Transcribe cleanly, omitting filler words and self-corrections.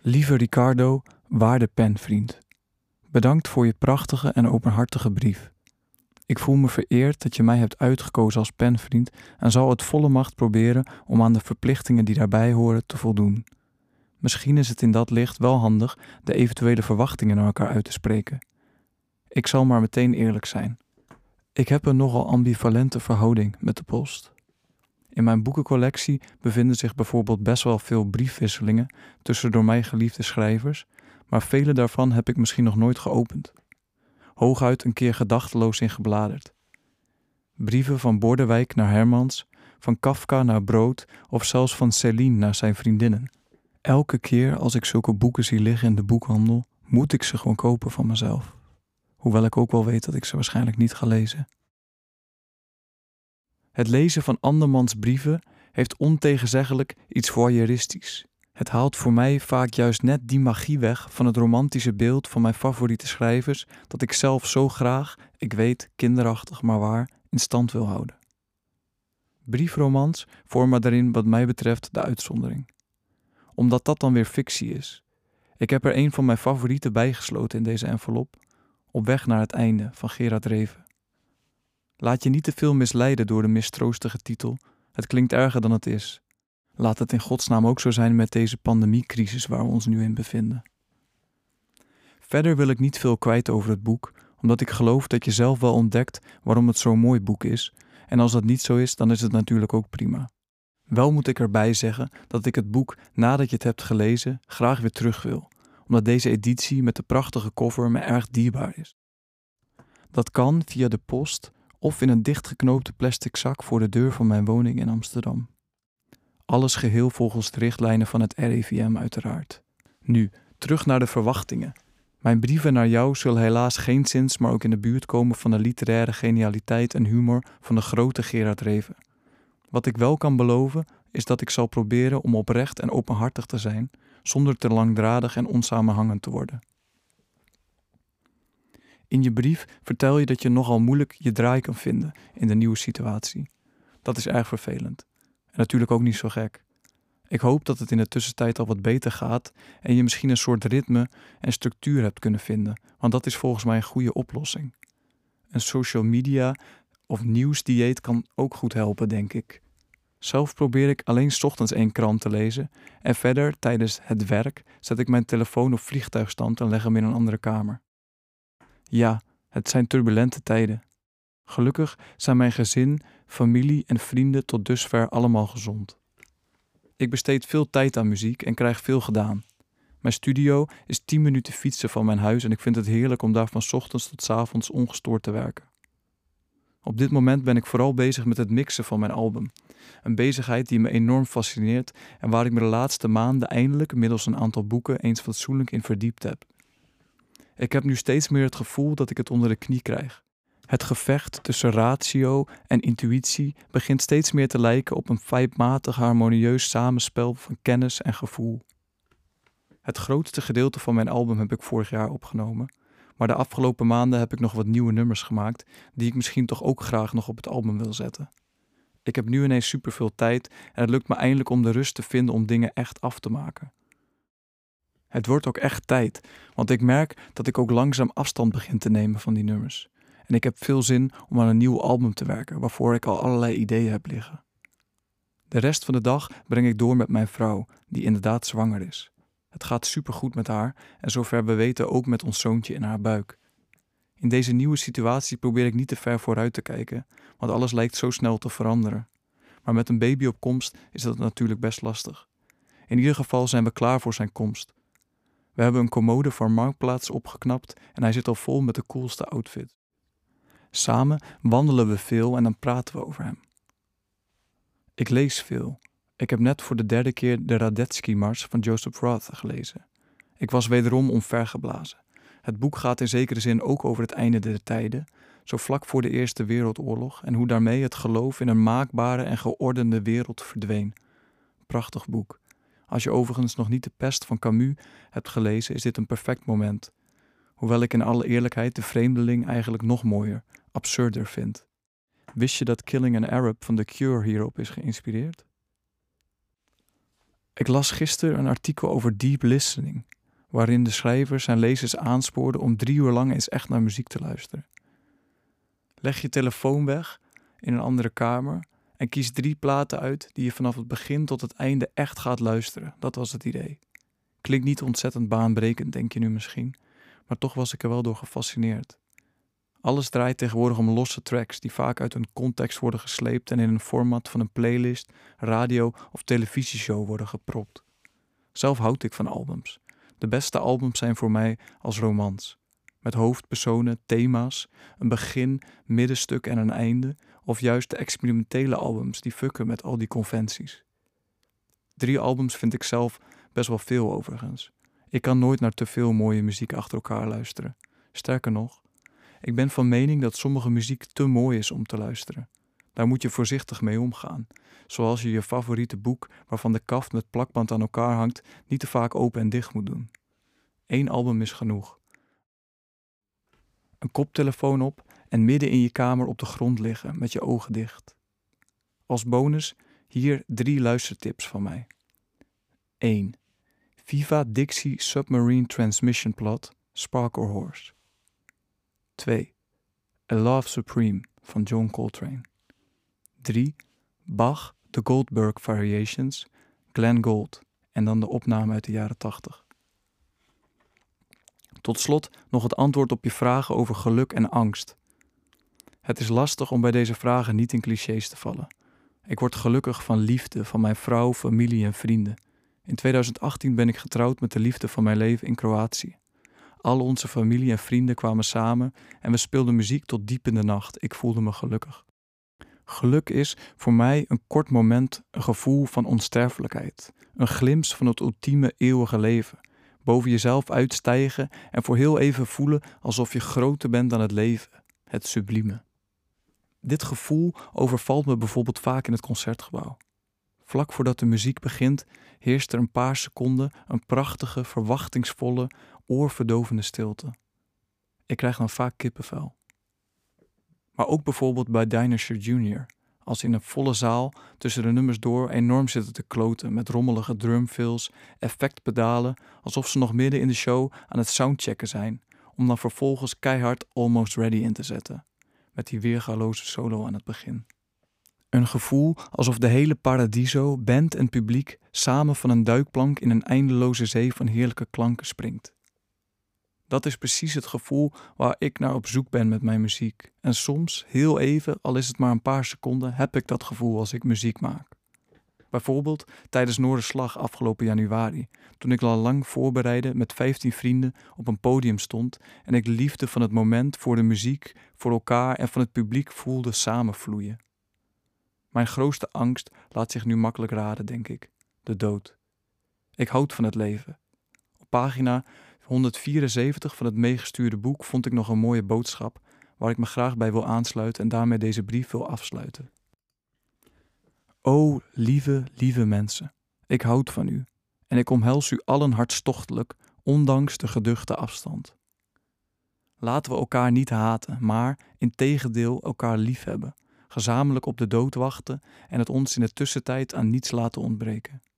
Lieve Ricardo, waarde penvriend. Bedankt voor je prachtige en openhartige brief. Ik voel me vereerd dat je mij hebt uitgekozen als penvriend en zal uit volle macht proberen om aan de verplichtingen die daarbij horen te voldoen. Misschien is het in dat licht wel handig de eventuele verwachtingen naar elkaar uit te spreken. Ik zal maar meteen eerlijk zijn. Ik heb een nogal ambivalente verhouding met de post. In mijn boekencollectie bevinden zich bijvoorbeeld best wel veel briefwisselingen tussen door mij geliefde schrijvers, maar vele daarvan heb ik misschien nog nooit geopend. Hooguit een keer gedachteloos in gebladerd. Brieven van Bordewijk naar Hermans, van Kafka naar Brood of zelfs van Céline naar zijn vriendinnen. Elke keer als ik zulke boeken zie liggen in de boekhandel, moet ik ze gewoon kopen van mezelf. Hoewel ik ook wel weet dat ik ze waarschijnlijk niet ga lezen. Het lezen van andermans brieven heeft ontegenzeggelijk iets voyeuristisch. Het haalt voor mij vaak juist net die magie weg van het romantische beeld van mijn favoriete schrijvers dat ik zelf zo graag, ik weet, kinderachtig maar waar, in stand wil houden. Briefromans vormen daarin wat mij betreft de uitzondering. Omdat dat dan weer fictie is. Ik heb er een van mijn favorieten bijgesloten in deze envelop, Op weg naar het einde van Gerard Reven. Laat je niet te veel misleiden door de mistroostige titel. Het klinkt erger dan het is. Laat het in godsnaam ook zo zijn met deze pandemiecrisis waar we ons nu in bevinden. Verder wil ik niet veel kwijt over het boek, omdat ik geloof dat je zelf wel ontdekt waarom het zo'n mooi boek is. En als dat niet zo is, dan is het natuurlijk ook prima. Wel moet ik erbij zeggen dat ik het boek, nadat je het hebt gelezen, graag weer terug wil, omdat deze editie met de prachtige cover me erg dierbaar is. Dat kan via de post of in een dichtgeknoopte plastic zak voor de deur van mijn woning in Amsterdam. Alles geheel volgens de richtlijnen van het RIVM uiteraard. Nu, terug naar de verwachtingen. Mijn brieven naar jou zullen helaas geenszins maar ook in de buurt komen van de literaire genialiteit en humor van de grote Gerard Reven. Wat ik wel kan beloven, is dat ik zal proberen om oprecht en openhartig te zijn, zonder te langdradig en onsamenhangend te worden. In je brief vertel je dat je nogal moeilijk je draai kan vinden in de nieuwe situatie. Dat is erg vervelend. En natuurlijk ook niet zo gek. Ik hoop dat het in de tussentijd al wat beter gaat en je misschien een soort ritme en structuur hebt kunnen vinden, want dat is volgens mij een goede oplossing. Een social media of nieuwsdieet kan ook goed helpen, denk ik. Zelf probeer ik alleen 's ochtends 1 krant te lezen en verder tijdens het werk zet ik mijn telefoon op vliegtuigstand en leg hem in een andere kamer. Ja, het zijn turbulente tijden. Gelukkig zijn mijn gezin, familie en vrienden tot dusver allemaal gezond. Ik besteed veel tijd aan muziek en krijg veel gedaan. Mijn studio is 10 minuten fietsen van mijn huis en ik vind het heerlijk om daar van 's ochtends tot 's avonds ongestoord te werken. Op dit moment ben ik vooral bezig met het mixen van mijn album. Een bezigheid die me enorm fascineert en waar ik me de laatste maanden eindelijk middels een aantal boeken eens fatsoenlijk in verdiept heb. Ik heb nu steeds meer het gevoel dat ik het onder de knie krijg. Het gevecht tussen ratio en intuïtie begint steeds meer te lijken op een fijnmatig harmonieus samenspel van kennis en gevoel. Het grootste gedeelte van mijn album heb ik vorig jaar opgenomen, maar de afgelopen maanden heb ik nog wat nieuwe nummers gemaakt die ik misschien toch ook graag nog op het album wil zetten. Ik heb nu ineens superveel tijd en het lukt me eindelijk om de rust te vinden om dingen echt af te maken. Het wordt ook echt tijd, want ik merk dat ik ook langzaam afstand begin te nemen van die nummers. En ik heb veel zin om aan een nieuw album te werken, waarvoor ik al allerlei ideeën heb liggen. De rest van de dag breng ik door met mijn vrouw, die inderdaad zwanger is. Het gaat supergoed met haar en zover we weten ook met ons zoontje in haar buik. In deze nieuwe situatie probeer ik niet te ver vooruit te kijken, want alles lijkt zo snel te veranderen. Maar met een baby op komst is dat natuurlijk best lastig. In ieder geval zijn we klaar voor zijn komst. We hebben een commode voor Marktplaats opgeknapt en hij zit al vol met de coolste outfit. Samen wandelen we veel en dan praten we over hem. Ik lees veel. Ik heb net voor de 3e keer de Radetzky-mars van Joseph Roth gelezen. Ik was wederom omvergeblazen. Het boek gaat in zekere zin ook over het einde der tijden, zo vlak voor de Eerste Wereldoorlog en hoe daarmee het geloof in een maakbare en geordende wereld verdween. Prachtig boek. Als je overigens nog niet De Pest van Camus hebt gelezen, is dit een perfect moment. Hoewel ik in alle eerlijkheid De Vreemdeling eigenlijk nog mooier, absurder vind. Wist je dat Killing an Arab van The Cure hierop is geïnspireerd? Ik las gisteren een artikel over deep listening, waarin de schrijver zijn lezers aanspoorde om 3 uur lang eens echt naar muziek te luisteren. Leg je telefoon weg in een andere kamer en kies 3 platen uit die je vanaf het begin tot het einde echt gaat luisteren. Dat was het idee. Klinkt niet ontzettend baanbrekend, denk je nu misschien, maar toch was ik er wel door gefascineerd. Alles draait tegenwoordig om losse tracks die vaak uit een context worden gesleept en in een format van een playlist, radio of televisieshow worden gepropt. Zelf houd ik van albums. De beste albums zijn voor mij als romans. Met hoofdpersonen, thema's, een begin, middenstuk en een einde, of juist de experimentele albums die fucken met al die conventies. 3 albums vind ik zelf best wel veel overigens. Ik kan nooit naar te veel mooie muziek achter elkaar luisteren. Sterker nog, ik ben van mening dat sommige muziek te mooi is om te luisteren. Daar moet je voorzichtig mee omgaan. Zoals je je favoriete boek, waarvan de kaft met plakband aan elkaar hangt, niet te vaak open en dicht moet doen. 1 album is genoeg. Een koptelefoon op en midden in je kamer op de grond liggen met je ogen dicht. Als bonus hier 3 luistertips van mij. 1. Viva Dixie Submarine Transmission Plot, Sparkle Horse. 2. A Love Supreme van John Coltrane. 3. Bach, The Goldberg Variations, Glenn Gould en dan de opname uit de jaren 80. Tot slot nog het antwoord op je vragen over geluk en angst. Het is lastig om bij deze vragen niet in clichés te vallen. Ik word gelukkig van liefde, van mijn vrouw, familie en vrienden. In 2018 ben ik getrouwd met de liefde van mijn leven in Kroatië. Al onze familie en vrienden kwamen samen en we speelden muziek tot diep in de nacht. Ik voelde me gelukkig. Geluk is voor mij een kort moment, een gevoel van onsterfelijkheid. Een glimp van het ultieme eeuwige leven. Boven jezelf uitstijgen en voor heel even voelen alsof je groter bent dan het leven. Het sublieme. Dit gevoel overvalt me bijvoorbeeld vaak in het concertgebouw. Vlak voordat de muziek begint, heerst er een paar seconden een prachtige, verwachtingsvolle, oorverdovende stilte. Ik krijg dan vaak kippenvel. Maar ook bijvoorbeeld bij Dinosaur Jr., als ze in een volle zaal tussen de nummers door enorm zitten te kloten met rommelige drumfills, effectpedalen, alsof ze nog midden in de show aan het soundchecken zijn, om dan vervolgens keihard Almost Ready in te zetten, met die weergaloze solo aan het begin. Een gevoel alsof de hele Paradiso, band en publiek samen van een duikplank in een eindeloze zee van heerlijke klanken springt. Dat is precies het gevoel waar ik naar op zoek ben met mijn muziek. En soms, heel even, al is het maar een paar seconden, heb ik dat gevoel als ik muziek maak. Bijvoorbeeld tijdens Noorderslag afgelopen januari, toen ik al lang voorbereide met 15 vrienden op een podium stond en ik de liefde van het moment voor de muziek, voor elkaar en van het publiek voelde samenvloeien. Mijn grootste angst laat zich nu makkelijk raden, denk ik. De dood. Ik houd van het leven. Op pagina 174 van het meegestuurde boek vond ik nog een mooie boodschap waar ik me graag bij wil aansluiten en daarmee deze brief wil afsluiten. O, lieve, lieve mensen, ik houd van u en ik omhels u allen hartstochtelijk, ondanks de geduchte afstand. Laten we elkaar niet haten, maar integendeel elkaar liefhebben, gezamenlijk op de dood wachten en het ons in de tussentijd aan niets laten ontbreken.